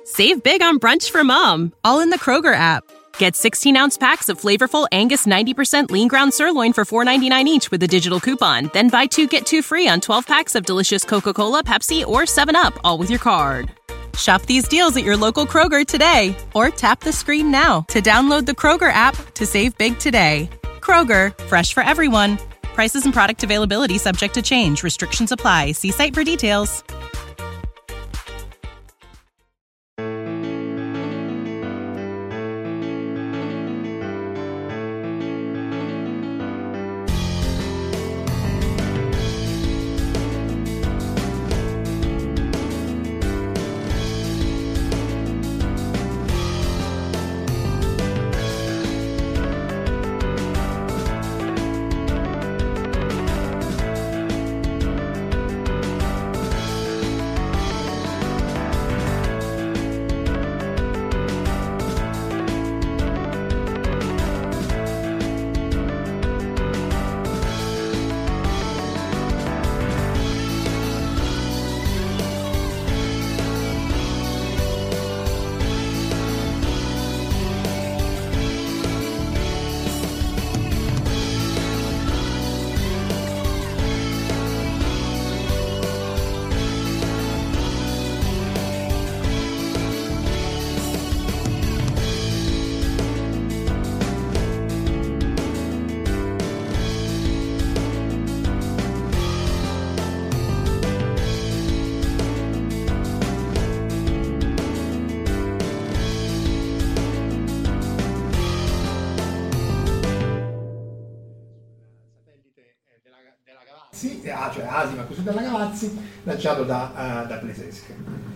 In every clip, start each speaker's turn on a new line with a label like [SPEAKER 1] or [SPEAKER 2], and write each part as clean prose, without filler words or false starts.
[SPEAKER 1] Save big on brunch for mom, all in the Kroger app. Get 16-ounce packs of flavorful Angus 90% lean ground sirloin for $4.99 each with a digital coupon. Then buy 2, get 2 free on 12 packs of delicious Coca-Cola, Pepsi, or 7-Up, all with your card. Shop these deals at your local Kroger today, or tap the screen now to download the Kroger app to save big today. Kroger, fresh for everyone. Prices and product availability subject to change. Restrictions apply. See site for details.
[SPEAKER 2] Cioè Asima così dalla Gavazzi, lanciato da Plesesche.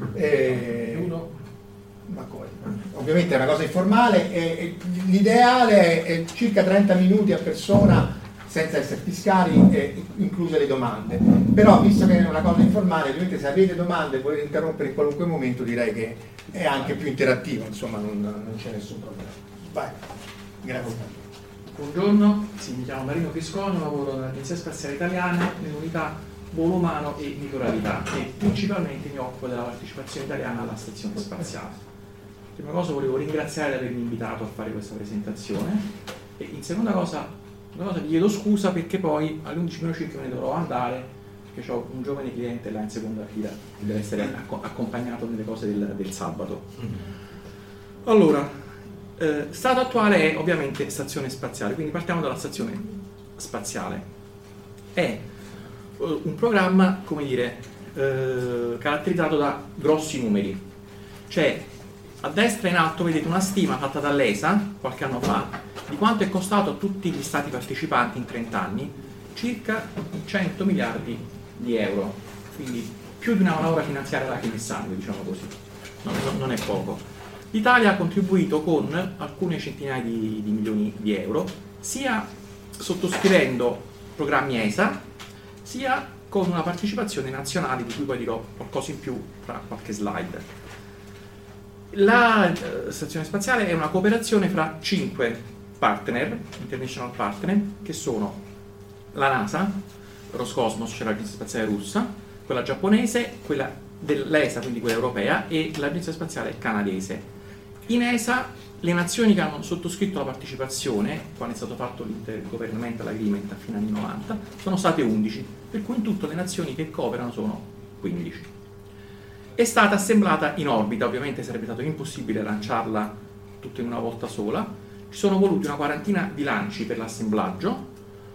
[SPEAKER 2] Ovviamente è una cosa informale e l'ideale è circa 30 minuti a persona senza essere fiscali, incluse le domande. Però visto che è una cosa informale, ovviamente se avete domande e volete interrompere in qualunque momento, direi che è anche più interattivo, insomma non c'è nessun problema. Vai, grazie.
[SPEAKER 3] Buongiorno, mi chiamo Marino Crisconio, lavoro nell'Agenzia Spaziale Italiana nell'unità volo umano e litoralità e principalmente mi occupo della partecipazione italiana alla stazione spaziale. Prima cosa volevo ringraziare di avermi invitato a fare questa presentazione e in seconda cosa vi chiedo scusa perché poi alle 11:05 me ne dovrò andare perché ho un giovane cliente là in seconda fila che deve essere accompagnato nelle cose del sabato. Allora, stato attuale è ovviamente stazione spaziale, quindi partiamo dalla stazione spaziale. È un programma, come dire, caratterizzato da grossi numeri. Cioè, a destra in alto vedete una stima fatta dall'ESA qualche anno fa di quanto è costato a tutti gli stati partecipanti in 30 anni, circa 100 miliardi di euro, quindi più di una manovra finanziaria lacrime e sangue, diciamo così, non è poco. L'Italia ha contribuito con alcune centinaia di milioni di euro, sia sottoscrivendo programmi ESA, sia con una partecipazione nazionale, di cui poi dirò qualcosa in più tra qualche slide. La stazione spaziale è una cooperazione fra 5 partner, international partner, che sono la NASA, Roscosmos, cioè l'Agenzia Spaziale Russa, quella giapponese, quella dell'ESA, quindi quella europea, e l'Agenzia Spaziale Canadese. In ESA le nazioni che hanno sottoscritto la partecipazione, quando è stato fatto l'Intergovernmental Agreement a fine anni 90, sono state 11, per cui in tutto le nazioni che cooperano sono 15. È stata assemblata in orbita, ovviamente sarebbe stato impossibile lanciarla tutta in una volta sola, ci sono voluti una quarantina di lanci per l'assemblaggio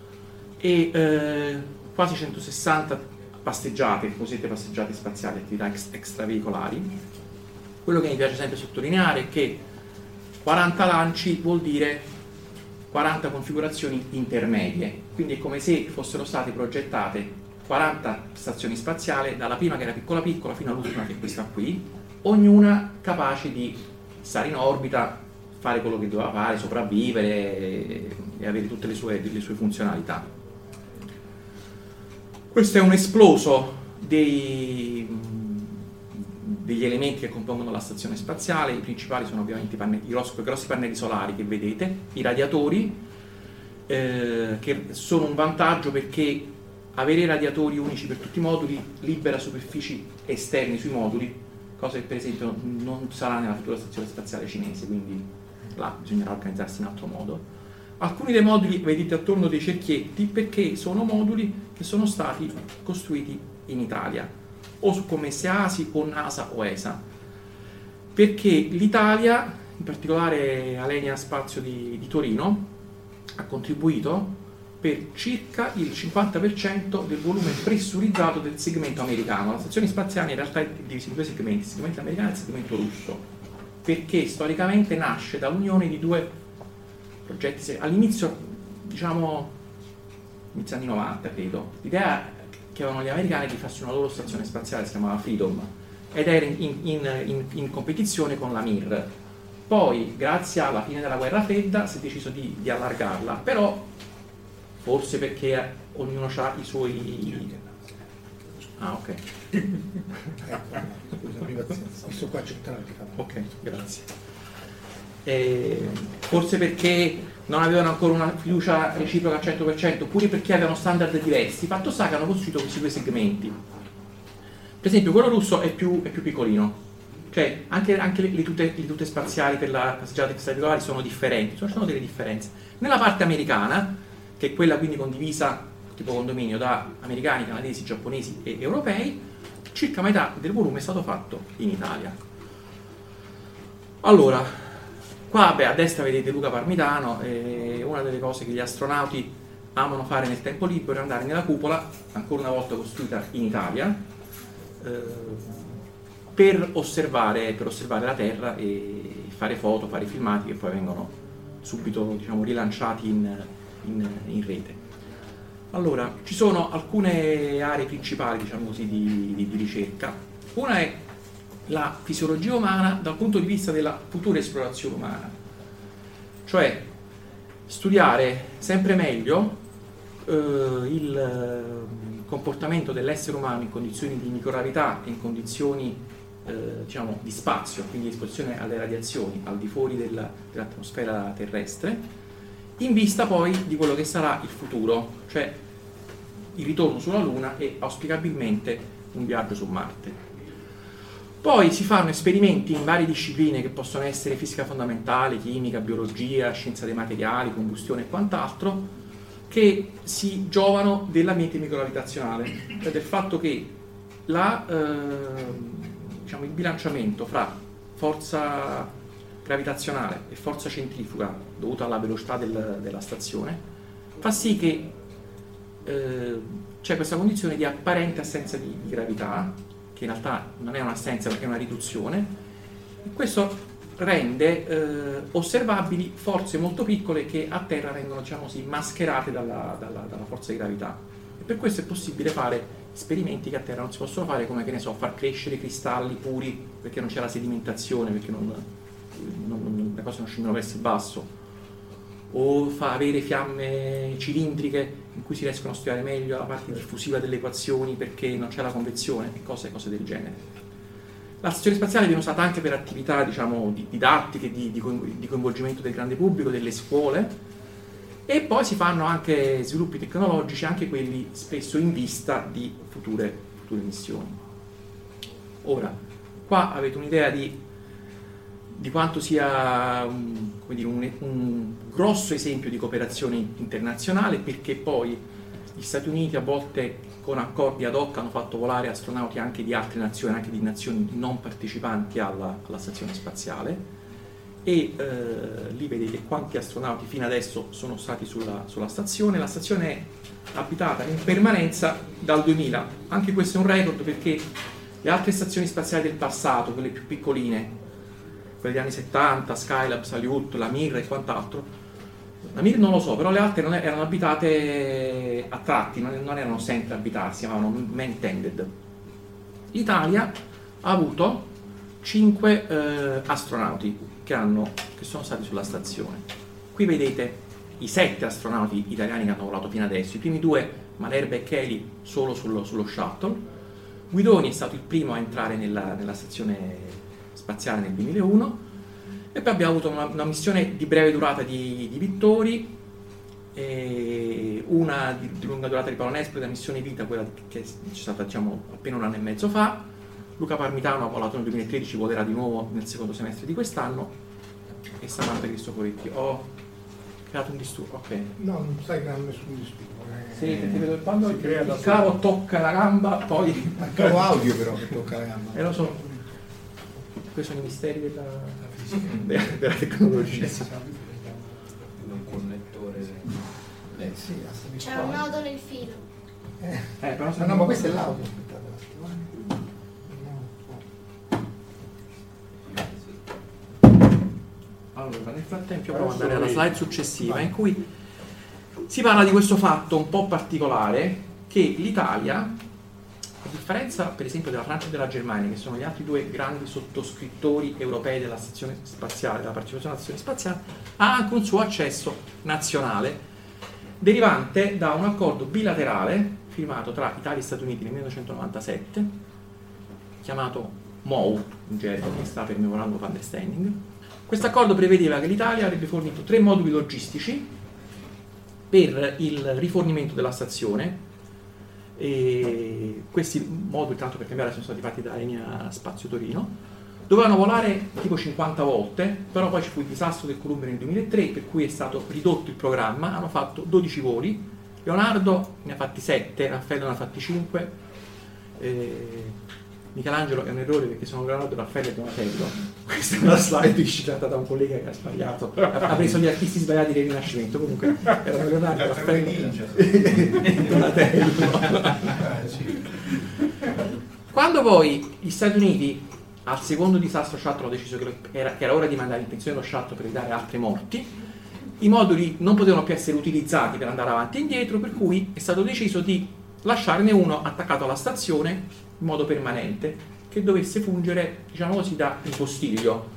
[SPEAKER 3] e quasi 160 passeggiate, cosiddette passeggiate spaziali, attività extraveicolari. Quello che mi piace sempre sottolineare è che 40 lanci vuol dire 40 configurazioni intermedie, quindi è come se fossero state progettate 40 stazioni spaziali, dalla prima che era piccola piccola fino all'ultima che è questa qui, ognuna capace di stare in orbita, fare quello che doveva fare, sopravvivere e avere tutte le sue funzionalità. Questo è un esploso degli elementi che compongono la stazione spaziale. I principali sono ovviamente i grossi pannelli solari che vedete, i radiatori, che sono un vantaggio perché avere radiatori unici per tutti i moduli libera superfici esterne sui moduli cosa che per esempio non sarà nella futura stazione spaziale cinese, quindi là bisognerà organizzarsi in altro modo. Alcuni dei moduli vedete attorno dei cerchietti perché sono moduli che sono stati costruiti in Italia, o su commesse ASI o NASA o ESA, perché l'Italia, in particolare Alenia Spazio di Torino, ha contribuito per circa il 50% del volume pressurizzato del segmento americano. La stazione spaziale in realtà è divisa in due segmenti, il segmento americano e il segmento russo, perché storicamente nasce dall'unione di due progetti. All'inizio, diciamo, inizio anni 90 credo, l'idea che avevano gli americani di farsi una loro stazione spaziale, si chiamava Freedom, ed era in competizione con la Mir. Poi, grazie alla fine della guerra fredda, si è deciso di allargarla, però forse perché ognuno ha i suoi... Ah, ok.
[SPEAKER 2] Scusa, questo qua c'è tanti.
[SPEAKER 3] Ok, grazie. Forse perché non avevano ancora una fiducia reciproca al 100%, oppure perché avevano standard diversi. Fatto sta che hanno costruito questi due segmenti. Per esempio, quello russo è più piccolino. Cioè, anche le tute spaziali per la passeggiata extraregolari sono differenti, ci sono delle differenze. Nella parte americana, che è quella quindi condivisa tipo condominio da americani, canadesi, giapponesi e europei, circa metà del volume è stato fatto in Italia. Allora, qua a destra vedete Luca Parmitano, e una delle cose che gli astronauti amano fare nel tempo libero è andare nella cupola, ancora una volta costruita in Italia, per osservare la Terra e fare foto, fare filmati che poi vengono subito, diciamo, rilanciati in rete. Allora, ci sono alcune aree principali, diciamo così, di ricerca. Una è la fisiologia umana dal punto di vista della futura esplorazione umana, cioè studiare sempre meglio il comportamento dell'essere umano in condizioni di microgravità e in condizioni diciamo di spazio, quindi esposizione alle radiazioni al di fuori dell'atmosfera terrestre, in vista poi di quello che sarà il futuro, cioè il ritorno sulla Luna e auspicabilmente un viaggio su Marte. Poi si fanno esperimenti in varie discipline che possono essere fisica fondamentale, chimica, biologia, scienza dei materiali, combustione e quant'altro, che si giovano dell'ambiente microgravitazionale, cioè del fatto che diciamo, il bilanciamento fra forza gravitazionale e forza centrifuga dovuta alla velocità della stazione fa sì che c'è questa condizione di apparente assenza di gravità, che in realtà non è un'assenza perché è una riduzione, e questo rende osservabili forze molto piccole che a terra vengono, diciamo così, mascherate dalla forza di gravità, e per questo è possibile fare esperimenti che a terra non si possono fare, come, che ne so, far crescere cristalli puri perché non c'è la sedimentazione, perché le cose non scendono verso il basso, o fa avere fiamme cilindriche in cui si riescono a studiare meglio la parte diffusiva delle equazioni perché non c'è la convezione e cose del genere. La stazione spaziale viene usata anche per attività, diciamo, didattiche, di coinvolgimento del grande pubblico, delle scuole, e poi si fanno anche sviluppi tecnologici, anche quelli spesso in vista di future missioni. Ora, qua avete un'idea di quanto sia un grosso esempio di cooperazione internazionale, perché poi gli Stati Uniti a volte con accordi ad hoc hanno fatto volare astronauti anche di altre nazioni, anche di nazioni non partecipanti alla stazione spaziale, e lì vedete quanti astronauti fino adesso sono stati sulla stazione. La stazione è abitata in permanenza dal 2000, anche questo è un record perché le altre stazioni spaziali del passato, quelle più piccoline, quelle degli anni 70, Skylab, Salyut, la Mir e quant'altro, la Mir non lo so, però le altre erano abitate a tratti, non erano sempre abitate, si chiamavano man-tended. L'Italia ha avuto 5 astronauti che sono stati sulla stazione. Qui vedete i 7 astronauti italiani che hanno volato fino adesso, i primi 2, Malerba e Cheli, solo sullo shuttle. Guidoni è stato il primo a entrare nella stazione spaziale nel 2001, e poi abbiamo avuto una missione di breve durata di Vittori, e una di lunga durata di Paolo Nespoli, la missione Vita, quella che è stata, diciamo, appena un anno e mezzo fa, Luca Parmitano ha volato nel 2013, volerà di nuovo nel secondo semestre di quest'anno, e Samantha Cristoforetti. Ho creato un disturbo, ok.
[SPEAKER 2] No, non stai creando nessun disturbo.
[SPEAKER 3] Sì, perché vedo quando il cavo tocca la gamba, poi...
[SPEAKER 2] Il cavo audio però che tocca la gamba.
[SPEAKER 3] Lo so. Questi sono i misteri della tecnologia.
[SPEAKER 4] Un connettore.
[SPEAKER 2] Sì,
[SPEAKER 5] c'è un nodo nel filo.
[SPEAKER 3] Però
[SPEAKER 2] no, ma questo è l'audio.
[SPEAKER 3] Allora, nel frattempo provo ad andare alla slide successiva, in cui si parla di questo fatto un po' particolare, che l'Italia, a differenza per esempio della Francia e della Germania, che sono gli altri due grandi sottoscrittori europei della stazione spaziale, della partecipazione alla stazione spaziale, ha anche un suo accesso nazionale, derivante da un accordo bilaterale firmato tra Italia e Stati Uniti nel 1997, chiamato MOU, in gergo, che sta per Memorandum of Understanding. Questo accordo prevedeva che l'Italia avrebbe fornito 3 moduli logistici per il rifornimento della stazione, e questi moduli, tanto per cambiare, sono stati fatti da Enea Spazio Torino. Dovevano volare tipo 50 volte, però poi ci fu il disastro del Columbia nel 2003, per cui è stato ridotto il programma. Hanno fatto 12 voli, Leonardo ne ha fatti 7, Raffaello ne ha fatti 5, Michelangelo è un errore perché sono Leonardo, Raffaello e Donatello. Questa è una slide citata da un collega che ha sbagliato, ha preso gli artisti sbagliati del Rinascimento. Comunque erano Leonardo, Raffaello e Donatello. Quando poi gli Stati Uniti al secondo disastro shuttle hanno deciso che era ora di mandare in pensione lo shuttle per evitare altri morti, i moduli non potevano più essere utilizzati per andare avanti e indietro, per cui è stato deciso di lasciarne uno attaccato alla stazione in modo permanente, che dovesse fungere, diciamo così, da ripostiglio.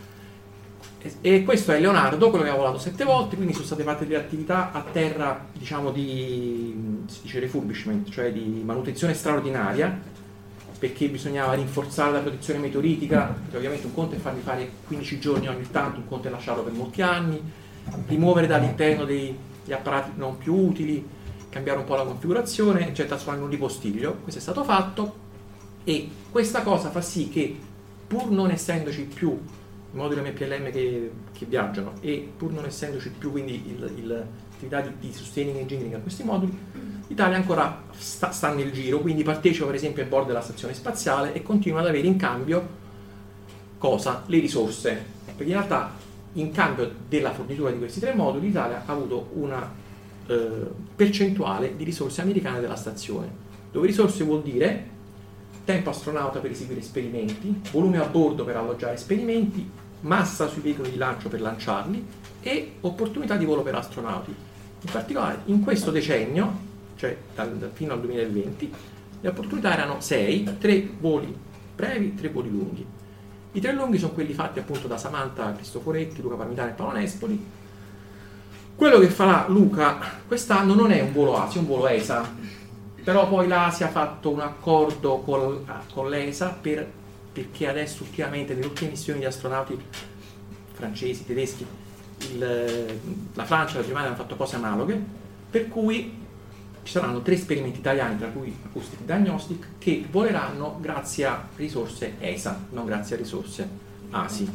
[SPEAKER 3] E questo è Leonardo, quello che ha volato 7 volte, quindi sono state fatte delle attività a terra, diciamo, di, si dice refurbishment, cioè di manutenzione straordinaria, perché bisognava rinforzare la protezione meteoritica, perché ovviamente un conto è farli fare 15 giorni ogni tanto, un conto è lasciarlo per molti anni, rimuovere dall'interno degli apparati non più utili, cambiare un po' la configurazione, eccetera, trasformare in un ripostiglio. Questo è stato fatto, e questa cosa fa sì che, pur non essendoci più i moduli MPLM che viaggiano, e pur non essendoci più quindi l'attività di sustaining engineering a questi moduli, l'Italia ancora sta nel giro, quindi partecipa per esempio a bordo della stazione spaziale e continua ad avere in cambio cosa? Le risorse, perché in realtà in cambio della fornitura di questi 3 moduli l'Italia ha avuto una percentuale di risorse americane della stazione, dove risorse vuol dire tempo astronauta per eseguire esperimenti, volume a bordo per alloggiare esperimenti, massa sui veicoli di lancio per lanciarli e opportunità di volo per astronauti. In particolare in questo decennio, cioè fino al 2020, le opportunità erano 6, 3 voli brevi, 3 voli lunghi. I 3 lunghi sono quelli fatti appunto da Samantha Cristoforetti, Luca Parmitano e Paolo Nespoli. Quello che farà Luca quest'anno non è un volo ASI, è un volo ESA, però poi l'ASI ha fatto un accordo con l'ESA perché adesso ultimamente, nelle ultime missioni di astronauti francesi, tedeschi, la Francia e la Germania hanno fatto cose analoghe, per cui ci saranno 3 esperimenti italiani, tra cui Acoustic Diagnostic, che voleranno grazie a risorse ESA, non grazie a risorse ASI.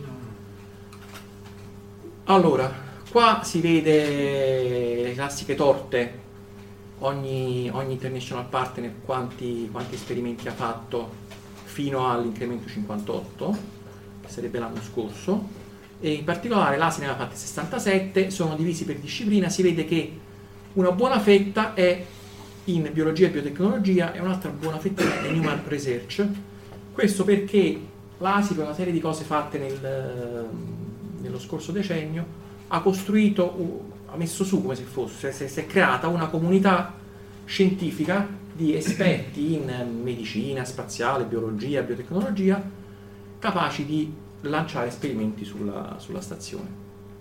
[SPEAKER 3] Allora, qua si vede le classiche torte, ogni international partner quanti esperimenti ha fatto fino all'incremento 58, che sarebbe l'anno scorso, e in particolare l'ASI ne aveva fatti 67, sono divisi per disciplina. Si vede che una buona fetta è in biologia e biotecnologia e un'altra buona fetta è in human research. Questo perché l'ASI, per una serie di cose fatte nello scorso decennio, ha messo su come se fosse, si è creata una comunità scientifica di esperti in medicina, spaziale, biologia, biotecnologia, capaci di lanciare esperimenti sulla stazione.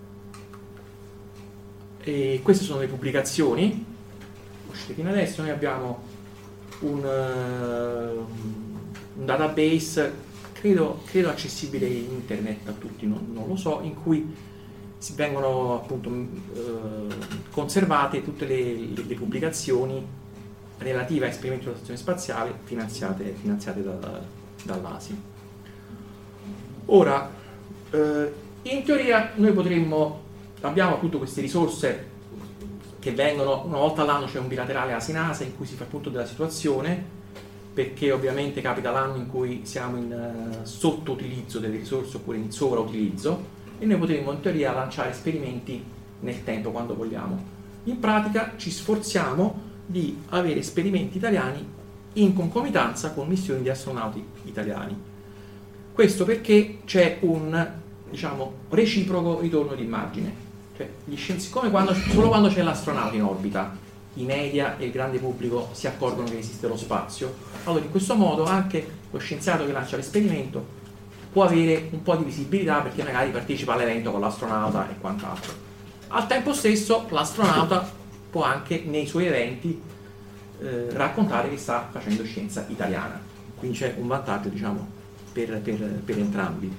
[SPEAKER 3] E queste sono le pubblicazioni uscite fino adesso. Noi abbiamo un database, credo accessibile in internet a tutti, non lo so, in cui si vengono appunto conservate tutte le pubblicazioni relative a esperimenti sulla stazione spaziale finanziate dall'ASI. Ora, in teoria noi abbiamo appunto queste risorse che vengono, una volta all'anno c'è un bilaterale ASI-NASA in cui si fa appunto della situazione, perché ovviamente capita l'anno in cui siamo in sottoutilizzo delle risorse oppure in sovrautilizzo, e noi potremmo in teoria lanciare esperimenti nel tempo quando vogliamo. In pratica ci sforziamo di avere esperimenti italiani in concomitanza con missioni di astronauti italiani. Questo perché c'è un, diciamo, reciproco ritorno d'immagine. Cioè, solo quando c'è l'astronauta in orbita, i media e il grande pubblico si accorgono che esiste lo spazio. Allora, in questo modo anche lo scienziato che lancia l'esperimento può avere un po' di visibilità perché magari partecipa all'evento con l'astronauta e quant'altro. Al tempo stesso, l'astronauta può anche nei suoi eventi raccontare che sta facendo scienza italiana. Quindi c'è un vantaggio, diciamo, per entrambi.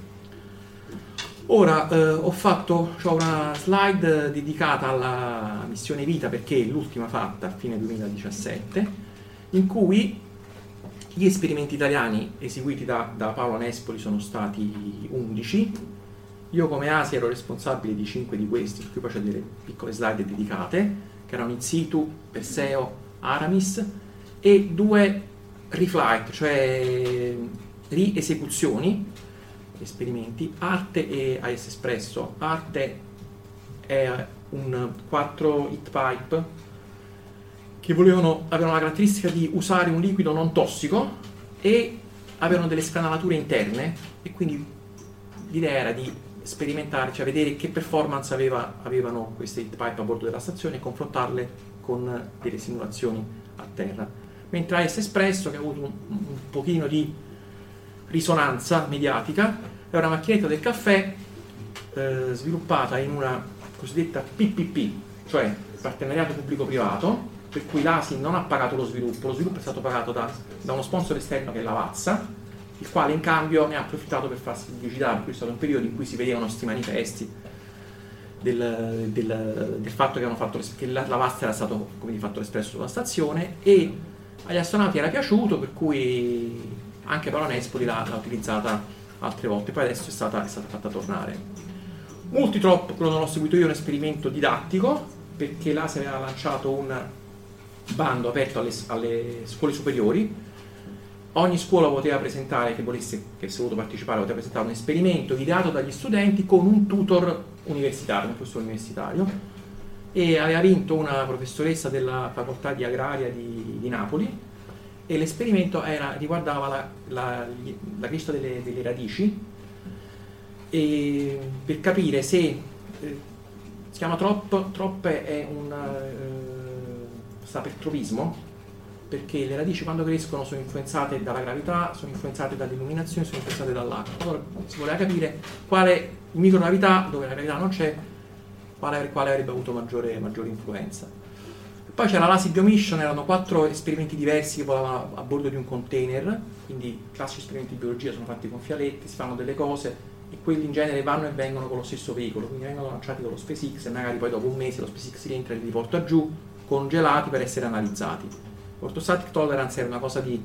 [SPEAKER 3] Ora c'ho una slide dedicata alla missione Vita, perché è l'ultima fatta a fine 2017, in cui gli esperimenti italiani eseguiti da Paolo Nespoli sono stati 11. Io come ASI ero responsabile di 5 di questi, per cui poi c'è delle piccole slide dedicate, che erano in situ, Perseo, Aramis, e 2 reflight, cioè riesecuzioni, esperimenti. Arte e AS Espresso. Arte è un 4 heat pipe che avevano la caratteristica di usare un liquido non tossico e avevano delle scanalature interne, e quindi l'idea era di sperimentare, cioè vedere che performance avevano queste heat pipe a bordo della stazione e confrontarle con delle simulazioni a terra. Mentre AS Espresso, che ha avuto un pochino di risonanza mediatica, è una macchinetta del caffè sviluppata in una cosiddetta PPP, cioè partenariato pubblico-privato, per cui l'ASI non ha pagato lo sviluppo è stato pagato da uno sponsor esterno che è Lavazza, il quale in cambio ne ha approfittato per farsi pubblicità, per cui è stato un periodo in cui si vedevano questi manifesti del fatto che Lavazza era stato, come di fatto, espresso sulla stazione, e agli astronauti era piaciuto, per cui anche Paolo Nespoli l'ha utilizzata altre volte, poi adesso è stata fatta tornare. Multitrop, quello non l'ho seguito io, è un esperimento didattico, perché l'ASI aveva lanciato un bando aperto alle scuole superiori. Ogni scuola poteva presentare, che avesse voluto partecipare, poteva presentare un esperimento ideato dagli studenti con un tutor universitario, un professore universitario, e aveva vinto una professoressa della facoltà di agraria di Napoli, e l'esperimento riguardava la crescita delle radici, e per capire se si chiama TROP è sta per tropismo, perché le radici quando crescono sono influenzate dalla gravità, sono influenzate dall'illuminazione, sono influenzate dall'acqua. Allora si voleva capire quale microgravità, dove la gravità non c'è, quale avrebbe avuto maggiore influenza. Poi c'era l'ASI Biomission, erano 4 esperimenti diversi che volavano a bordo di un container, quindi classici esperimenti di biologia, sono fatti con fialetti, si fanno delle cose, e quelli in genere vanno e vengono con lo stesso veicolo, quindi vengono lanciati con lo SpaceX e magari poi dopo un mese lo SpaceX rientra e li riporta giù, congelati per essere analizzati. Orthostatic tolerance era una cosa di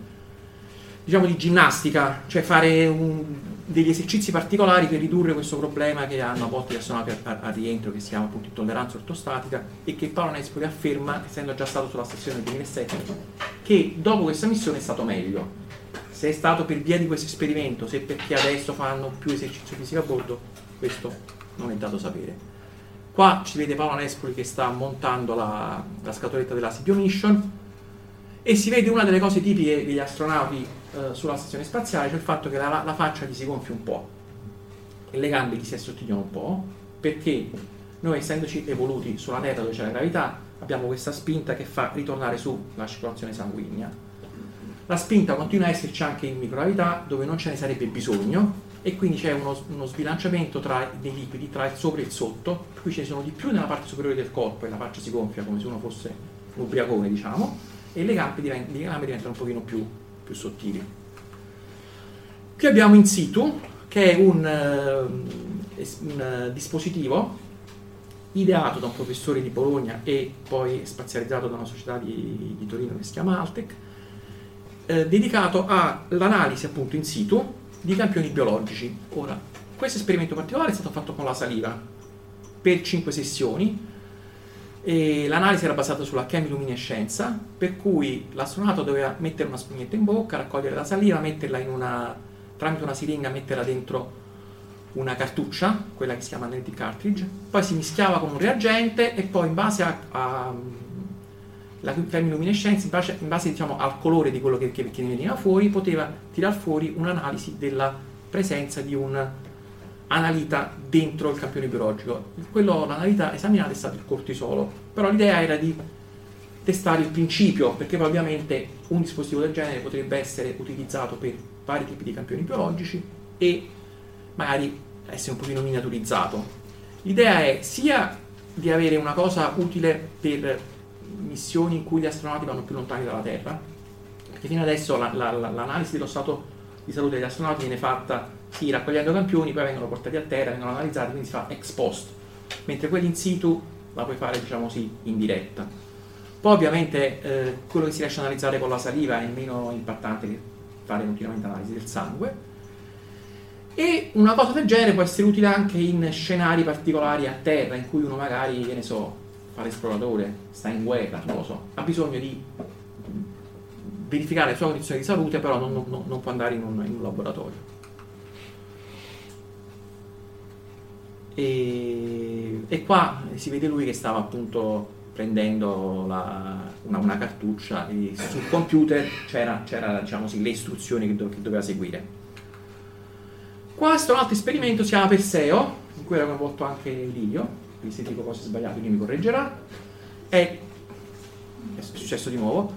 [SPEAKER 3] ginnastica, cioè fare degli esercizi particolari per ridurre questo problema che hanno a volte gli astronauti a rientro, che si chiama appunto intolleranza ortostatica, e che Paolo Nespoli afferma, essendo già stato sulla stazione nel 2007, che dopo questa missione è stato meglio. Se è stato per via di questo esperimento, se perché adesso fanno più esercizio fisico a bordo, questo non è dato sapere. Qua ci vede Paolo Nespoli che sta montando la scatoletta dell'ASI Biomission, e si vede una delle cose tipiche degli astronauti sulla stazione spaziale, cioè il fatto che la faccia gli si gonfia un po' e le gambe gli si assottigliano un po', perché noi, essendoci evoluti sulla Terra dove c'è la gravità, abbiamo questa spinta che fa ritornare su la circolazione sanguigna. La spinta continua a esserci anche in microgravità, dove non ce ne sarebbe bisogno, e quindi c'è uno sbilanciamento dei liquidi tra il sopra e il sotto, per cui ce ne sono di più nella parte superiore del corpo e la faccia si gonfia come se uno fosse un ubriacone, diciamo, e le gambe diventano un pochino più sottili. Qui abbiamo in situ, che è un dispositivo ideato da un professore di Bologna e poi spazializzato da una società di Torino che si chiama Altec, dedicato all'analisi appunto in situ di campioni biologici. Ora, questo esperimento particolare è stato fatto con la saliva per 5 sessioni e l'analisi era basata sulla chemiluminescenza, per cui l'astronauta doveva mettere una spugnetta in bocca, raccogliere la saliva, metterla tramite una siringa, metterla dentro una cartuccia, quella che si chiama magnetic cartridge, poi si mischiava con un reagente e poi in base la chemiluminescenza, in base diciamo, al colore di quello che ne veniva fuori, poteva tirar fuori un'analisi della presenza di un analita dentro il campione biologico. L'analita esaminata è stato il cortisolo, però l'idea era di testare il principio, perché poi ovviamente un dispositivo del genere potrebbe essere utilizzato per vari tipi di campioni biologici e magari essere un pochino miniaturizzato. L'idea è sia di avere una cosa utile per missioni in cui gli astronauti vanno più lontani dalla Terra, perché fino adesso l'analisi dello stato di salute degli astronauti viene fatta sì, raccogliendo campioni, poi vengono portati a terra, vengono analizzati, quindi si fa ex post, mentre quelli in situ la puoi fare diciamo sì, in diretta. Poi ovviamente quello che si riesce a analizzare con la saliva è meno impattante che fare continuamente analisi del sangue, e una cosa del genere può essere utile anche in scenari particolari a terra in cui uno magari, che ne so, fa l'esploratore, sta in guerra, non lo so, ha bisogno di verificare le sue condizioni di salute, però non può andare in un laboratorio. E qua si vede lui che stava appunto prendendo una cartuccia e sul computer c'era diciamo sì, le istruzioni che doveva seguire. Questo è un altro esperimento, si chiama Perseo, in cui era coinvolto anche Livio, quindi se dico cose sbagliate lui mi correggerà. È successo di nuovo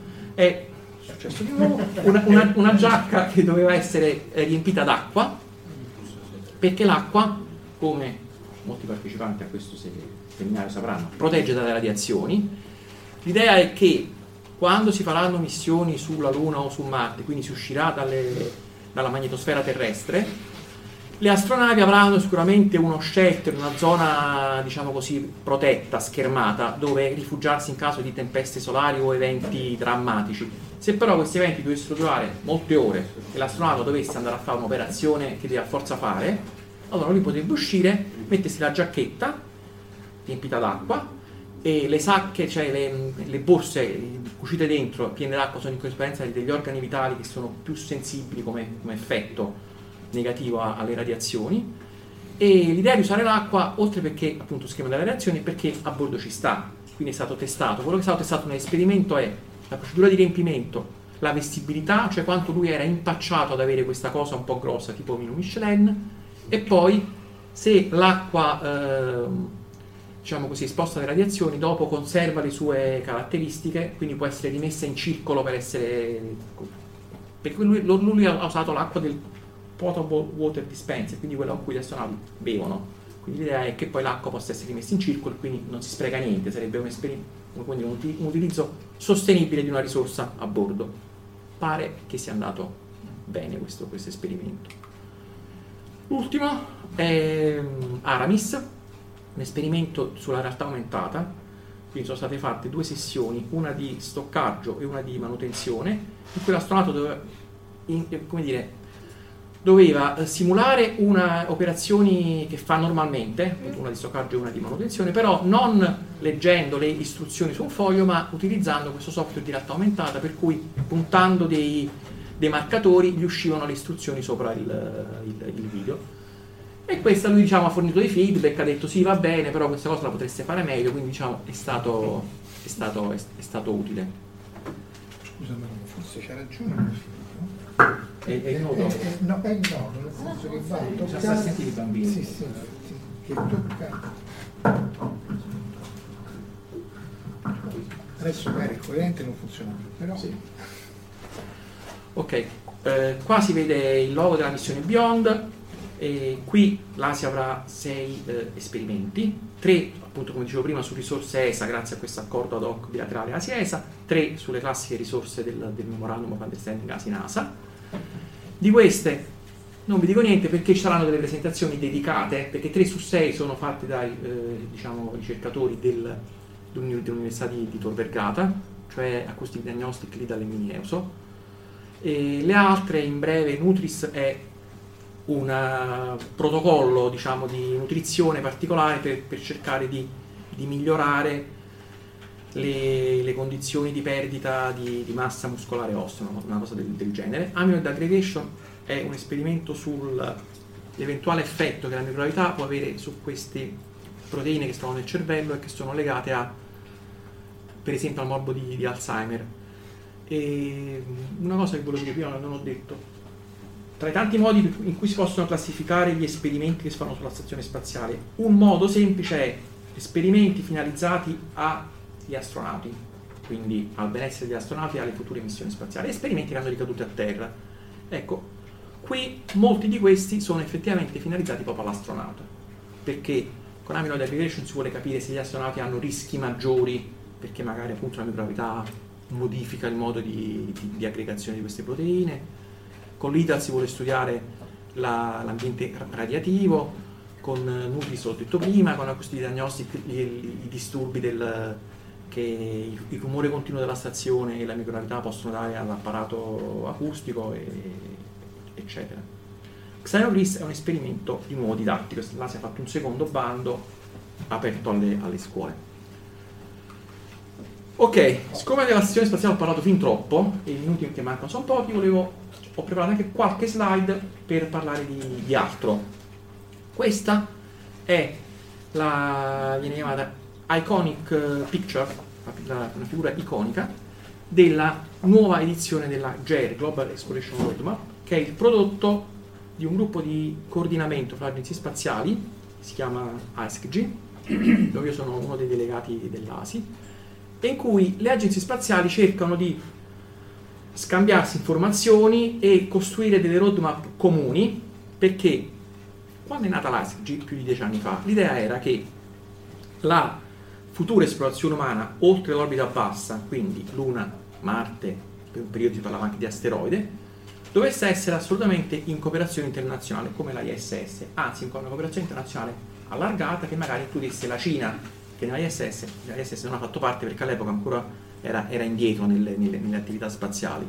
[SPEAKER 3] una giacca che doveva essere riempita d'acqua, perché l'acqua, come molti partecipanti a questo seminario sapranno, protegge dalle radiazioni. L'idea è che quando si faranno missioni sulla Luna o su Marte, quindi si uscirà dalla magnetosfera terrestre, le astronavi avranno sicuramente uno shelter, una zona diciamo così protetta, schermata, dove rifugiarsi in caso di tempeste solari o eventi drammatici. Se però questi eventi dovessero durare molte ore e l'astronauta dovesse andare a fare un'operazione che deve a forza fare, allora lui potrebbe uscire, mettersi la giacchetta riempita d'acqua e le sacche, cioè le borse cucite dentro piene d'acqua, sono in corrispondenza degli organi vitali che sono più sensibili come effetto negativo alle radiazioni, e l'idea di usare l'acqua, oltre perché appunto schema delle radiazioni, perché a bordo ci sta, quindi è stato testato. Quello che è stato testato nell'esperimento è la procedura di riempimento, la vestibilità, cioè quanto lui era impacciato ad avere questa cosa un po' grossa tipo vino Michelin, e poi se l'acqua diciamo così esposta alle radiazioni dopo conserva le sue caratteristiche, quindi può essere rimessa in circolo perché lui ha usato l'acqua del potable water dispenser, quindi quella con cui gli astronauti bevono. Quindi l'idea è che poi l'acqua possa essere rimessa in circolo e quindi non si spreca niente, sarebbe un utilizzo sostenibile di una risorsa a bordo. Pare che sia andato bene questo esperimento. L'ultimo è Aramis, un esperimento sulla realtà aumentata, quindi sono state fatte 2 sessioni, una di stoccaggio e una di manutenzione, in cui l'astronauta doveva simulare operazioni che fa normalmente, una di stoccaggio e una di manutenzione, però non leggendo le istruzioni su un foglio, ma utilizzando questo software di realtà aumentata, per cui puntando dei marcatori gli uscivano le istruzioni sopra il video. E questa lui ha fornito dei feedback, ha detto sì, va bene, però questa cosa la potreste fare meglio, quindi è stato utile.
[SPEAKER 2] Scusa, ma forse c'ha ragione.
[SPEAKER 3] È noto?
[SPEAKER 2] No, nel senso che va a toccare.
[SPEAKER 3] Sta sentendo i bambini.
[SPEAKER 2] Sì, che tocca. Adesso magari il coerente non funziona più, però. Sì.
[SPEAKER 3] Ok, qua si vede il logo della missione Beyond, e qui l'Asia avrà 6 esperimenti, 3 appunto come dicevo prima su risorse ESA grazie a questo accordo ad hoc bilaterale Asia-ESA, 3 sulle classiche risorse del Memorandum of Understanding Asia-NASA. Di queste non vi dico niente perché ci saranno delle presentazioni dedicate, perché 3 su 6 sono fatte dai ricercatori dell'Università di Tor Vergata, cioè Acoustic Diagnostic lì dalle Mini EUSO, E le altre, in breve, Nutris è un protocollo, diciamo, di nutrizione particolare per cercare di migliorare le condizioni di perdita di massa muscolare ossea, una cosa del genere. Amyloid aggregation è un esperimento sull'eventuale effetto che la microgravità può avere su queste proteine che stanno nel cervello e che sono legate a, per esempio, al morbo di Alzheimer. E una cosa che volevo dire prima non ho detto: tra i tanti modi in cui si possono classificare gli esperimenti che si fanno sulla stazione spaziale, un modo semplice è esperimenti finalizzati agli astronauti, quindi al benessere degli astronauti e alle future missioni spaziali, esperimenti che hanno ricadute a terra. Ecco, qui molti di questi sono effettivamente finalizzati proprio all'astronauta, perché con amyloid aggregation si vuole capire se gli astronauti hanno rischi maggiori, perché magari appunto la microgravità modifica il modo di aggregazione di queste proteine. Con l'ITAR si vuole studiare l'ambiente radiativo. Con Nutris, l'ho detto prima, con Acoustic Diagnostic i disturbi che il rumore continuo della stazione e la microgravità possono dare all'apparato acustico, eccetera. Xenogris è un esperimento di nuovo didattico, là si è fatto un secondo bando aperto alle scuole. Ok, siccome della stazione spaziale ho parlato fin troppo e i minuti che mancano sono pochi, ho preparato anche qualche slide per parlare di altro. Questa è viene chiamata Iconic Picture, una figura iconica della nuova edizione della GER, Global Exploration Roadmap, che è il prodotto di un gruppo di coordinamento fra agenzie spaziali, che si chiama ASCG, dove io sono uno dei delegati dell'ASI, e in cui le agenzie spaziali cercano di scambiarsi informazioni e costruire delle roadmap comuni, perché quando è nata l'ASCG più di 10 anni fa, l'idea era che la futura esplorazione umana oltre l'orbita bassa, quindi Luna, Marte, per un periodo si parlava anche di asteroide, dovesse essere assolutamente in cooperazione internazionale come la ISS, anzi con una cooperazione internazionale allargata che magari includesse la Cina, che nella ISS non ha fatto parte perché all'epoca ancora era indietro nelle attività spaziali.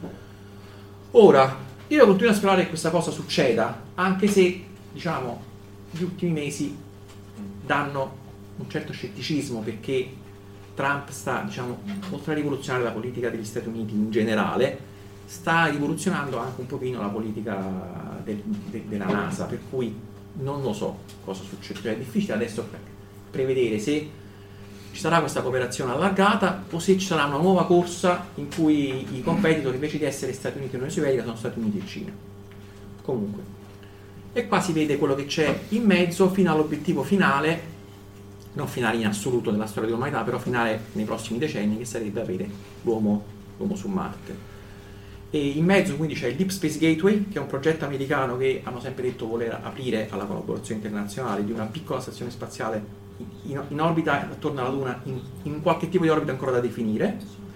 [SPEAKER 3] Ora, io continuo a sperare che questa cosa succeda, anche se, diciamo, gli ultimi mesi danno un certo scetticismo, perché Trump sta, diciamo, oltre a rivoluzionare la politica degli Stati Uniti in generale, sta rivoluzionando anche un pochino la politica della NASA, per cui non lo so cosa succede. Cioè, è difficile adesso prevedere se ci sarà questa cooperazione allargata o se ci sarà una nuova corsa in cui i competitor, invece di essere Stati Uniti e Unione Sovietica, sono Stati Uniti e Cina. Comunque, e qua si vede quello che c'è in mezzo fino all'obiettivo finale, non finale in assoluto della storia dell'umanità, però finale nei prossimi decenni, che sarebbe avere l'uomo su Marte. E in mezzo quindi c'è il Deep Space Gateway, che è un progetto americano che hanno sempre detto voler aprire alla collaborazione internazionale, di una piccola stazione spaziale in orbita attorno alla Luna, in qualche tipo di orbita ancora da definire.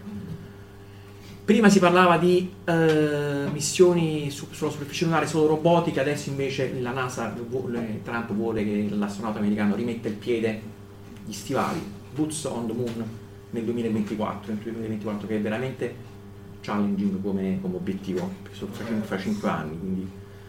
[SPEAKER 3] Prima si parlava di missioni sulla superficie lunare solo robotiche, adesso invece la NASA, Trump vuole che l'astronauta americano rimetta il piede, gli stivali, boots on the moon, nel 2024, che è veramente challenging come obiettivo, perché sono fra 5 anni. Quindi.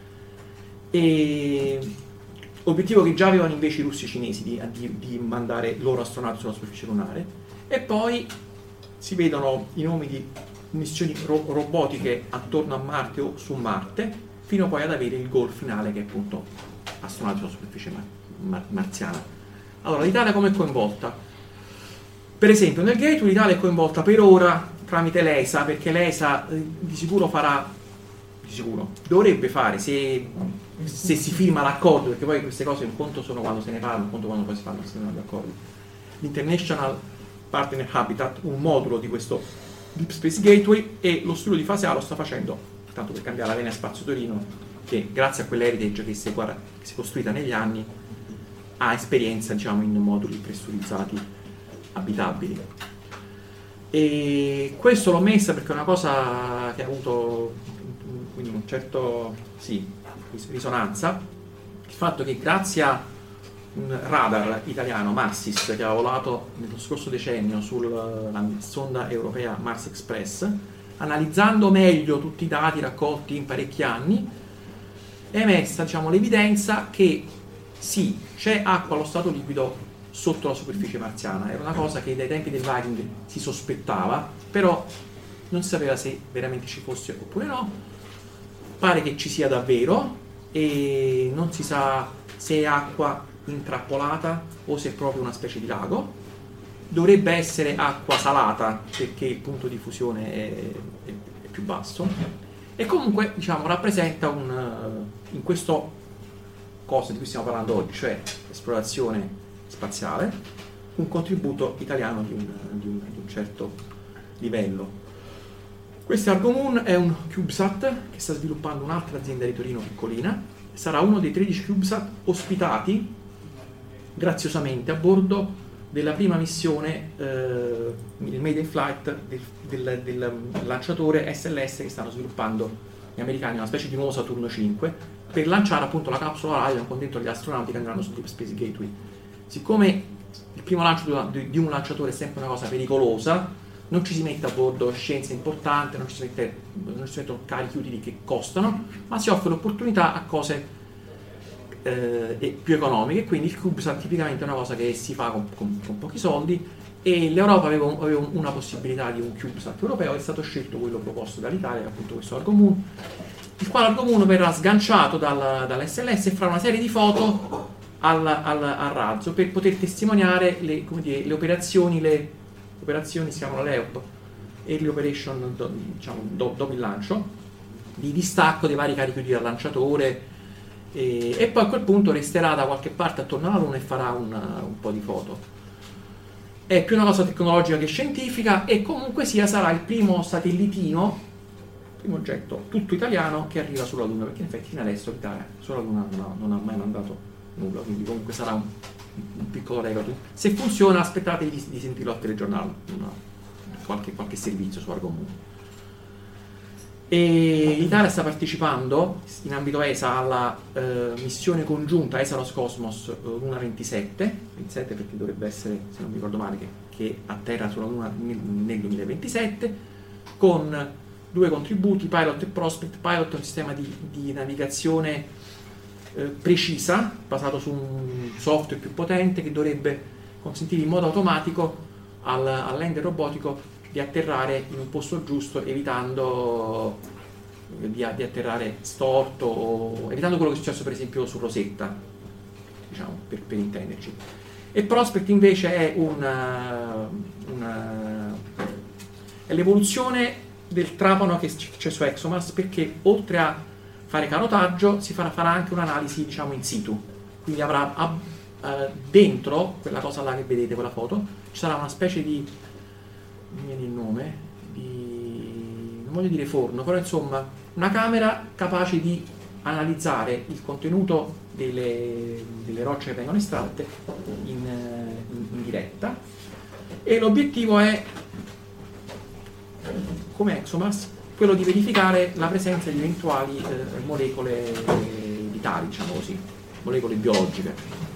[SPEAKER 3] E obiettivo che già avevano invece i russi e i cinesi di mandare loro astronauti sulla superficie lunare. E poi si vedono i nomi di missioni robotiche attorno a Marte o su Marte, fino poi ad avere il goal finale, che è appunto astronauti sulla superficie marziana. Allora, l'Italia come è coinvolta? Per esempio nel Gateway l'Italia è coinvolta per ora tramite l'ESA, perché l'ESA di sicuro dovrebbe fare, se si firma l'accordo, perché poi queste cose un conto sono quando se ne parla, un conto quando poi si fanno gli accordi. L'International Partner Habitat, un modulo di questo Deep Space Gateway, e lo studio di fase A lo sta facendo, tanto per cambiare, la Linea Spazio Torino, che grazie a quell'heritage che si è costruita negli anni ha esperienza, diciamo, in moduli pressurizzati abitabili. E questo l'ho messa perché è una cosa che ha avuto quindi un certo risonanza, il fatto che grazie a un radar italiano, Marsis, che aveva volato nello scorso decennio sulla sonda europea Mars Express, analizzando meglio tutti i dati raccolti in parecchi anni, è emersa, diciamo, l'evidenza che sì, c'è acqua allo stato liquido sotto la superficie marziana. Era una cosa che dai tempi del Viking si sospettava, però non si sapeva se veramente ci fosse oppure no. Pare che ci sia davvero e non si sa se è acqua intrappolata o se è proprio una specie di lago. Dovrebbe essere acqua salata perché il punto di fusione è più basso, e comunque, diciamo, rappresenta in questo cosa di cui stiamo parlando oggi, cioè esplorazione spaziale, un contributo italiano di un certo livello. Questo Argo Moon è un CubeSat che sta sviluppando un'altra azienda di Torino piccolina. Sarà uno dei 13 CubeSat ospitati graziosamente a bordo della prima missione, il Made in Flight del lanciatore SLS che stanno sviluppando gli americani, una specie di nuovo Saturno 5, per lanciare appunto la capsula Orion con dentro gli astronauti che andranno sul Deep Space Gateway. Siccome il primo lancio di un lanciatore è sempre una cosa pericolosa, non ci si mette a bordo scienza importante, non ci si mettono carichi utili che costano, ma si offre l'opportunità a cose più economiche. Quindi il CubeSat tipicamente è una cosa che si fa con pochi soldi, e l'Europa aveva una possibilità di un CubeSat europeo. È stato scelto quello proposto dall'Italia, appunto questo Argo Moon, il quale Argo Moon verrà sganciato dall'SLS e farà una serie di foto al razzo per poter testimoniare le operazioni si chiamano LEOP, Early Operation, diciamo, dopo il lancio, di distacco dei vari carichi utili al lanciatore, e poi a quel punto resterà da qualche parte attorno alla Luna e farà un po' di foto. È più una cosa tecnologica che scientifica, e comunque sia sarà il primo satellitino, primo oggetto tutto italiano che arriva sulla Luna, perché in effetti fino adesso l'Italia sulla Luna non ha mai mandato nulla, quindi comunque sarà un piccolo record. Se funziona, aspettatevi di sentirlo al telegiornale, qualche servizio su Argo Moon. E l'Italia sta partecipando in ambito ESA alla missione congiunta ESA-Roscosmos Luna 27 perché dovrebbe essere, se non mi ricordo male, che atterra sulla Luna nel 2027, con 2 contributi, Pilot e Prospect. Pilot è un sistema di navigazione precisa, basato su un software più potente che dovrebbe consentire in modo automatico al lander robotico di atterrare in un posto giusto, evitando di atterrare storto, o evitando quello che è successo per esempio su Rosetta, diciamo, per intenderci. E Prospect invece è è l'evoluzione del trapano che c'è su ExoMars, perché oltre a fare canotaggio si farà anche un'analisi, diciamo, in situ, quindi avrà dentro quella cosa là che vedete, quella foto, ci sarà una specie di, non viene il nome, non voglio dire forno, però insomma una camera capace di analizzare il contenuto delle rocce che vengono estratte in diretta, e l'obiettivo è, come ExoMars, quello di verificare la presenza di eventuali molecole vitali, diciamo così, molecole biologiche.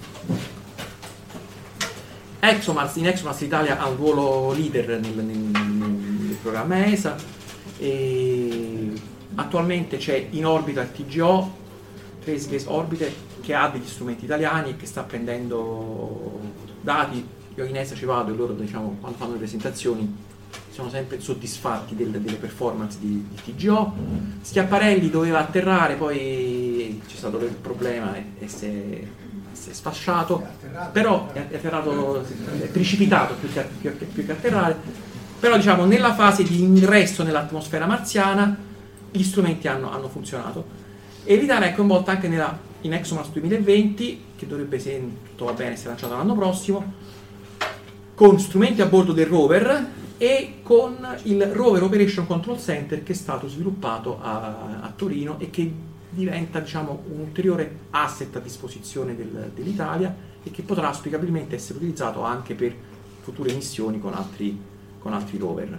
[SPEAKER 3] In ExoMars l'Italia ha un ruolo leader nel programma ESA, e attualmente c'è in orbita il TGO, Trace Gas Orbiter, che ha degli strumenti italiani e che sta prendendo dati. Io in ESA ci vado e loro, diciamo, quando fanno le presentazioni sono sempre soddisfatti delle performance di TGO. Schiaparelli doveva atterrare, poi c'è stato il problema e si è sfasciato, però è atterrato, è precipitato più che atterrare. Però, diciamo, nella fase di ingresso nell'atmosfera marziana gli strumenti hanno funzionato, e l'Italia è coinvolta anche in ExoMars 2020, che dovrebbe, se tutto va bene, essere lanciato l'anno prossimo, con strumenti a bordo del rover e con il Rover Operation Control Center, che è stato sviluppato a Torino e che diventa, diciamo, un ulteriore asset a disposizione dell'Italia, e che potrà auspicabilmente essere utilizzato anche per future missioni con altri rover.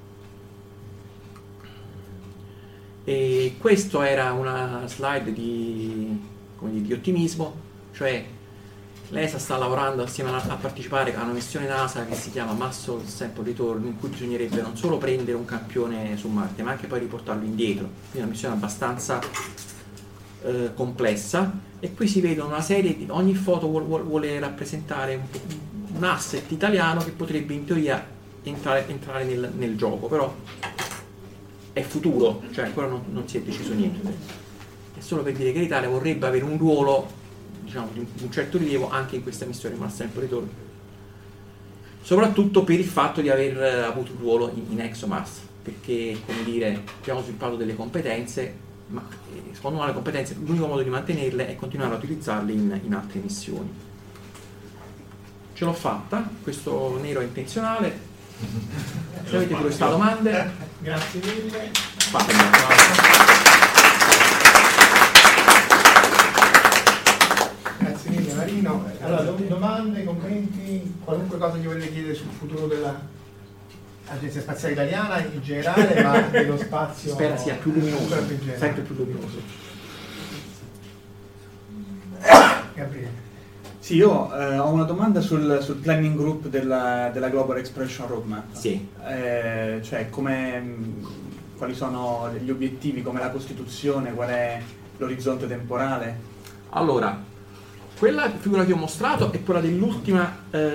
[SPEAKER 3] E questo era una slide di ottimismo, cioè l'ESA sta lavorando assieme a partecipare a una missione NASA che si chiama Muscle Sample Return, in cui bisognerebbe non solo prendere un campione su Marte, ma anche poi riportarlo indietro. Quindi è una missione abbastanza complessa, e qui si vedono una serie di, ogni foto vuole rappresentare un asset italiano che potrebbe in teoria entrare nel gioco, però è futuro, cioè ancora non si è deciso niente. È solo per dire che l'Italia vorrebbe avere un ruolo, diciamo, di un certo rilievo anche in questa missione Mars Sample Return, soprattutto per il fatto di aver avuto un ruolo in ExoMars, perché, come dire, abbiamo sviluppato delle competenze, ma secondo me le competenze, l'unico modo di mantenerle è continuare a utilizzarle in altre missioni. Ce l'ho fatta, questo nero è intenzionale. Se avete curiosità, domande,
[SPEAKER 2] Grazie mille.
[SPEAKER 3] fatemelo.
[SPEAKER 2] Grazie mille Marino. Allora, domande, commenti, qualunque cosa gli volete chiedere sul futuro dell'Agenzia Spaziale Italiana in generale, ma dello spazio.
[SPEAKER 3] Spera sia più luminoso,
[SPEAKER 2] in generale.
[SPEAKER 3] sempre più luminoso.
[SPEAKER 2] Gabriele.
[SPEAKER 6] Sì, io ho una domanda sul planning group della Global Exploration Roadmap.
[SPEAKER 3] Sì.
[SPEAKER 6] Cioè, quali sono gli obiettivi, com'è la costituzione, qual è l'orizzonte temporale?
[SPEAKER 3] Allora, quella figura che ho mostrato è quella dell'ultima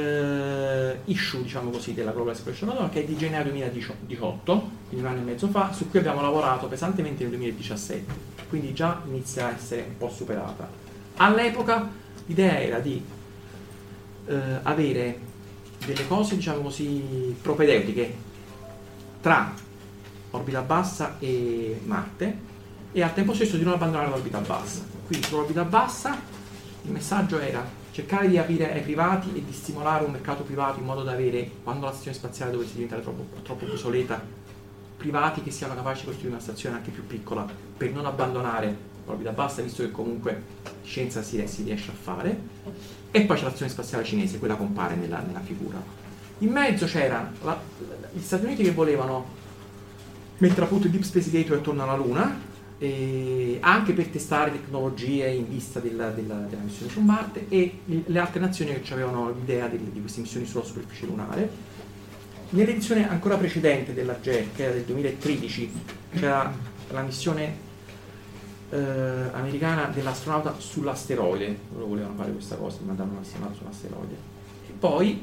[SPEAKER 3] issue, diciamo così, della Global Exploration Roadmap, che è di gennaio 2018, quindi un anno e mezzo fa, su cui abbiamo lavorato pesantemente nel 2017, quindi già inizia a essere un po' superata. All'epoca l'idea era di avere delle cose, diciamo così, propedeutiche tra orbita bassa e Marte, e al tempo stesso di non abbandonare l'orbita bassa. Quindi sull'orbita bassa il messaggio era cercare di aprire ai privati e di stimolare un mercato privato, in modo da avere, quando la stazione spaziale dovesse diventare troppo obsoleta, privati che siano capaci di costruire una stazione anche più piccola, per non abbandonare l'orbita bassa, visto che comunque scienza si riesce a fare. E poi c'è la stazione spaziale cinese, quella compare nella figura. In mezzo c'era gli Stati Uniti che volevano mettere a punto il Deep Space Gateway attorno alla Luna, anche per testare tecnologie in vista della missione su Marte, e le altre nazioni che avevano l'idea di queste missioni sulla superficie lunare. Nell'edizione ancora precedente della JEC, che era del 2013, c'era la missione americana dell'astronauta sull'asteroide. Loro volevano fare questa cosa, mandare un astronauta sull'asteroide. E poi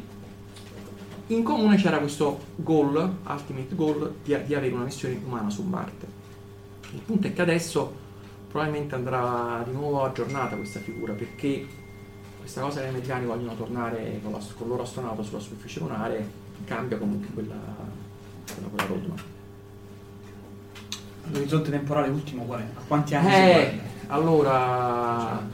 [SPEAKER 3] in comune c'era questo goal, ultimate goal, di avere una missione umana su Marte. Il punto è che adesso probabilmente andrà di nuovo aggiornata questa figura, perché questa cosa che gli americani vogliono tornare con il loro astronauta sulla superficie lunare cambia comunque quella roadmap.
[SPEAKER 6] L'orizzonte temporale ultimo qual è? A quanti anni si guarda?
[SPEAKER 3] Allora,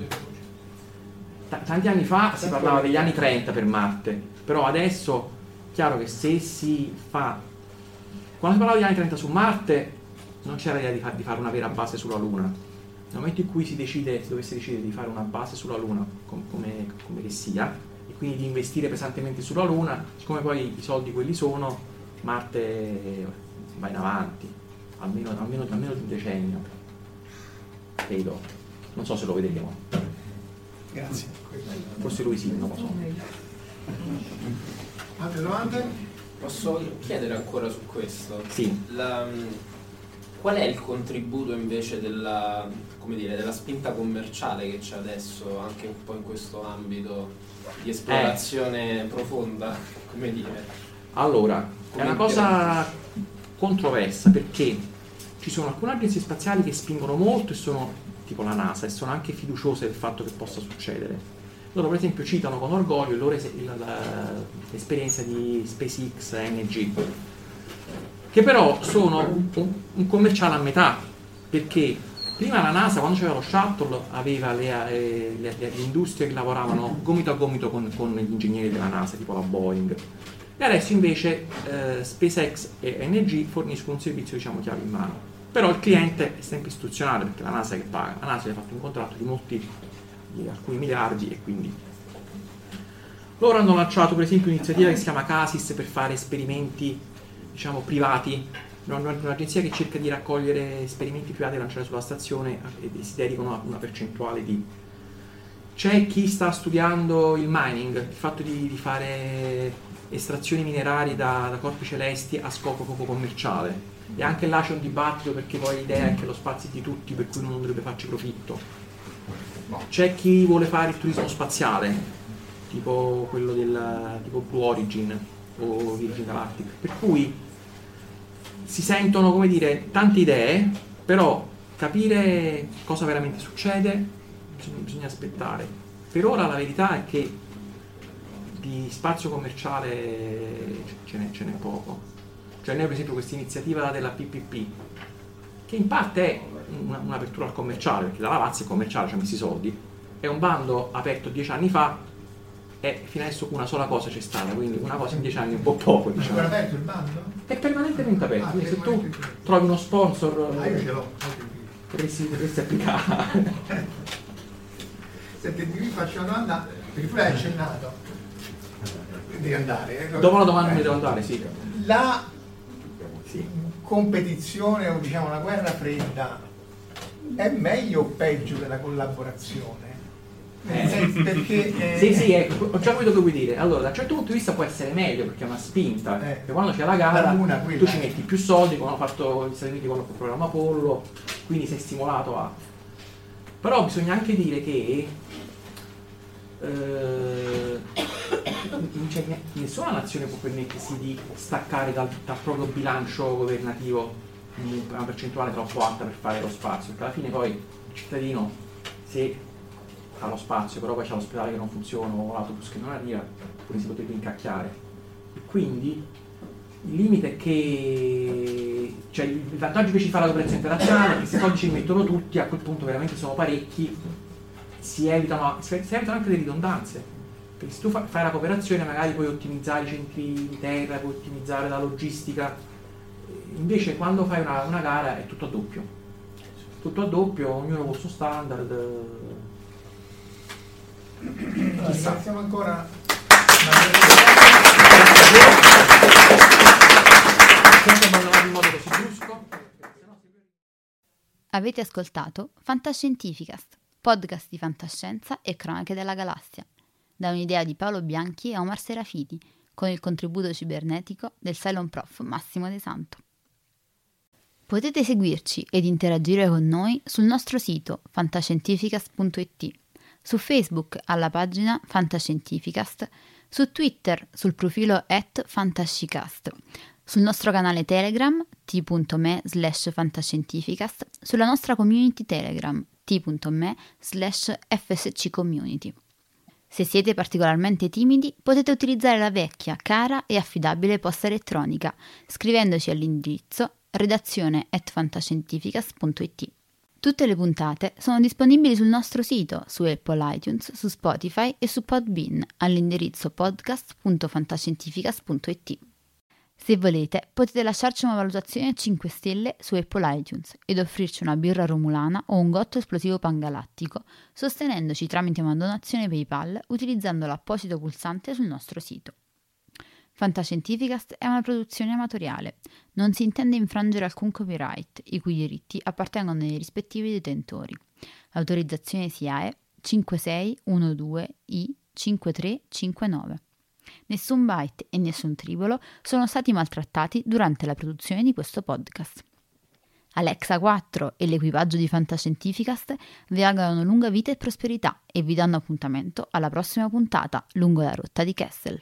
[SPEAKER 3] tanti anni fa si parlava degli anni 30 per Marte, però adesso chiaro che se si fa, quando si parlava degli anni 30 su Marte non c'era l'idea di fare una vera base sulla Luna. Nel momento in cui si dovesse decidere di fare una base sulla Luna, come che sia, e quindi di investire pesantemente sulla Luna, siccome poi i soldi quelli sono, Marte va in avanti almeno di un decennio, credo. Non so se lo vedremo.
[SPEAKER 6] Grazie.
[SPEAKER 3] Forse lui sì, non lo so.
[SPEAKER 2] Altre domande?
[SPEAKER 4] Posso chiedere ancora su questo?
[SPEAKER 3] Sì.
[SPEAKER 4] Qual è il contributo invece della spinta commerciale che c'è adesso anche un po' in questo ambito di esplorazione profonda, come dire?
[SPEAKER 3] Allora, è una cosa controversa, perché ci sono alcune agenzie spaziali che spingono molto e sono tipo la NASA, e sono anche fiduciose del fatto che possa succedere. Loro per esempio citano con orgoglio l'esperienza di SpaceX NG, che però sono un commerciale a metà, perché prima la NASA, quando c'era lo shuttle, aveva le industrie che lavoravano gomito a gomito con gli ingegneri della NASA, tipo la Boeing, e adesso invece SpaceX e NG forniscono un servizio, diciamo, chiave in mano. Però il cliente è sempre istituzionale, perché è la NASA che paga. La NASA gli ha fatto un contratto di alcuni miliardi, e quindi loro hanno lanciato per esempio un'iniziativa che si chiama Casis, per fare esperimenti, diciamo, privati, un'agenzia che cerca di raccogliere esperimenti privati e lanciare sulla stazione, e si dedicano a una percentuale di C'è chi sta studiando il mining, il fatto di fare estrazioni minerari da corpi celesti a scopo poco commerciale. E anche là c'è un dibattito, perché poi l'idea è che lo spazio è di tutti, per cui non dovrebbe farci profitto. C'è chi vuole fare il turismo spaziale, tipo quello tipo Blue Origin o Virgin Galactic, per cui si sentono, come dire, tante idee, però capire cosa veramente succede bisogna aspettare. Per ora la verità è che di spazio commerciale ce n'è poco. Cioè noi per esempio questa iniziativa della PPP, che in parte è un'apertura al commerciale, perché la Lavazza è commerciale, ci ha messo i soldi, è un bando aperto 10 anni fa e fino adesso una sola cosa c'è stata, quindi una cosa in 10 anni è un po' poco, diciamo.
[SPEAKER 2] È aperto il bando?
[SPEAKER 3] È permanentemente aperto, quindi se tu trovi uno sponsor
[SPEAKER 2] io ce l'ho.
[SPEAKER 3] dovresti applicare.
[SPEAKER 2] Senti, vi faccio una domanda, perché tu l'hai accennato. Devi andare.
[SPEAKER 3] Dopo la domanda mi devo andare, sì.
[SPEAKER 2] La competizione, o diciamo la guerra fredda, è meglio o peggio della collaborazione? Perché
[SPEAKER 3] sì, ecco, ho già capito che vuoi dire. Allora, da un certo punto di vista può essere meglio, perché è una spinta, perché quando c'è la gara tu ci metti più soldi, come hanno fatto gli Stati Uniti con il programma Apollo, quindi sei stimolato a... Però bisogna anche dire che nessuna nazione può permettersi di staccare dal proprio bilancio governativo una percentuale troppo alta per fare lo spazio, perché alla fine poi il cittadino, se ha lo spazio però poi c'è l'ospedale che non funziona o l'autobus che non arriva, pure si potrebbe incacchiare. E quindi il limite è che, cioè, il vantaggio invece di fare la cooperazione internazionale è che se i soldi ci mettono tutti, a quel punto veramente sono parecchi, si evitano anche le ridondanze. Perché se tu fai la cooperazione magari puoi ottimizzare i centri di terra, puoi ottimizzare la logistica, invece quando fai una gara è tutto a doppio. Tutto a doppio, ognuno col suo standard.
[SPEAKER 2] Allora, ringraziamo ancora.
[SPEAKER 7] Avete ascoltato Fantascientificast, podcast di fantascienza e cronache della galassia, da un'idea di Paolo Bianchi e Omar Serafiti, con il contributo cibernetico del Cylon Prof Massimo De Santo. Potete seguirci ed interagire con noi sul nostro sito fantascientificast.it, su Facebook alla pagina Fantascientificast, su Twitter sul profilo @fantascicast, sul nostro canale Telegram t.me/fantascientificast, sulla nostra community Telegram t.me/fsccommunity. Se siete particolarmente timidi, potete utilizzare la vecchia, cara e affidabile posta elettronica, scrivendoci all'indirizzo redazione@fantascientificast.it. Tutte le puntate sono disponibili sul nostro sito, su Apple iTunes, su Spotify e su Podbean, all'indirizzo podcast.fantascientificast.it. Se volete, potete lasciarci una valutazione a 5 stelle su Apple iTunes ed offrirci una birra romulana o un gotto esplosivo pangalattico, sostenendoci tramite una donazione PayPal utilizzando l'apposito pulsante sul nostro sito. Fantascientificast è una produzione amatoriale. Non si intende infrangere alcun copyright, i cui diritti appartengono ai rispettivi detentori. L'autorizzazione SIAE 5612I5359. Nessun byte e nessun tribolo sono stati maltrattati durante la produzione di questo podcast. Alexa 4 e l'equipaggio di Fantascientificast vi augurano lunga vita e prosperità e vi danno appuntamento alla prossima puntata lungo la rotta di Kessel.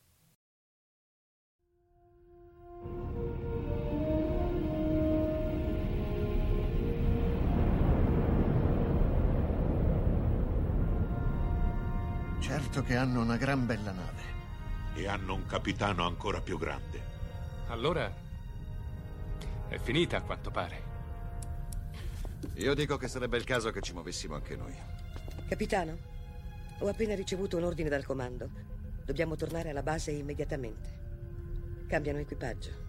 [SPEAKER 8] Certo che hanno una gran bella nave.
[SPEAKER 9] E hanno un capitano ancora più grande.
[SPEAKER 10] Allora è finita a quanto pare.
[SPEAKER 8] Io dico che sarebbe il caso che ci muovessimo anche noi.
[SPEAKER 11] Capitano, ho appena ricevuto un ordine dal comando. Dobbiamo tornare alla base immediatamente. Cambiano equipaggio.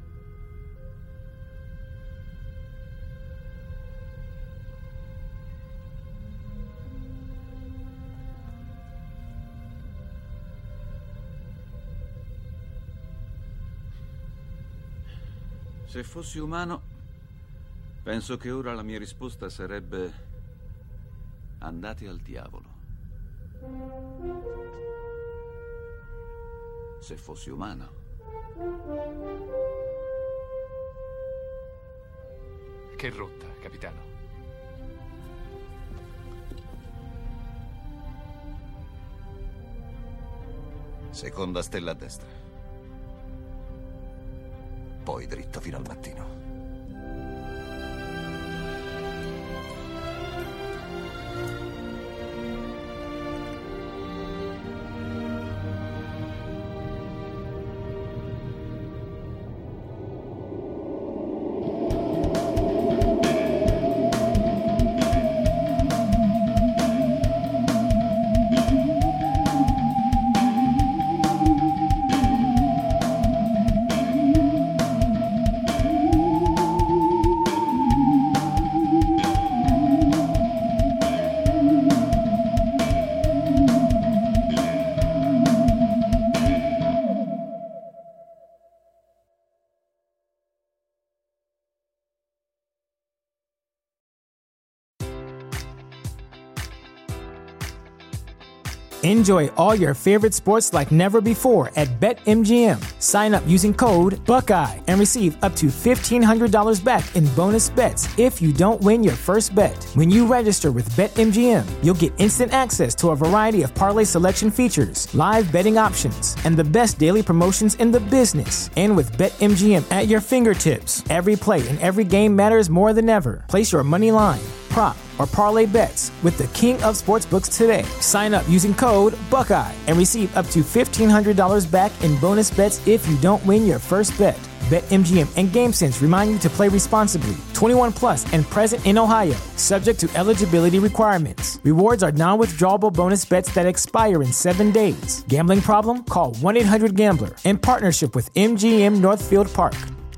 [SPEAKER 12] Se fossi umano, penso che ora la mia risposta sarebbe: andate al diavolo. Se fossi umano.
[SPEAKER 10] Che rotta, capitano.
[SPEAKER 8] Seconda stella a destra. Poi dritto fino al mattino.
[SPEAKER 13] Enjoy all your favorite sports like never before at BetMGM. Sign up using code Buckeye and receive up to $1,500 back in bonus bets if you don't win your first bet. When you register with BetMGM, you'll get instant access to a variety of parlay selection features, live betting options, and the best daily promotions in the business. And with BetMGM at your fingertips, every play and every game matters more than ever. Place your money line, prop, or parlay bets with the king of sportsbooks today. Sign up using code Buckeye and receive up to $1,500 back in bonus bets if you don't win your first bet. BetMGM and GameSense remind you to play responsibly. 21 plus and present in Ohio, subject to eligibility requirements. Rewards are non-withdrawable bonus bets that expire in 7 days. Gambling problem? Call 1-800-GAMBLER. In partnership with MGM Northfield Park.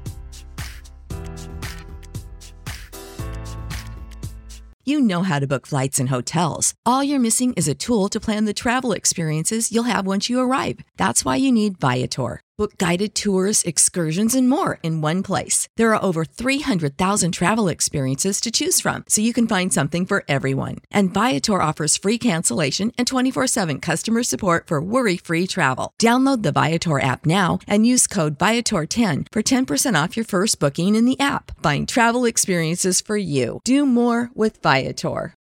[SPEAKER 14] You know how to book flights and hotels. All you're missing is a tool to plan the travel experiences you'll have once you arrive. That's why you need Viator. Book guided tours, excursions, and more in one place. There are over 300,000 travel experiences to choose from, so you can find something for everyone. And Viator offers free cancellation and 24/7 customer support for worry-free travel. Download the Viator app now and use code Viator10 for 10% off your first booking in the app. Find travel experiences for you. Do more with Viator.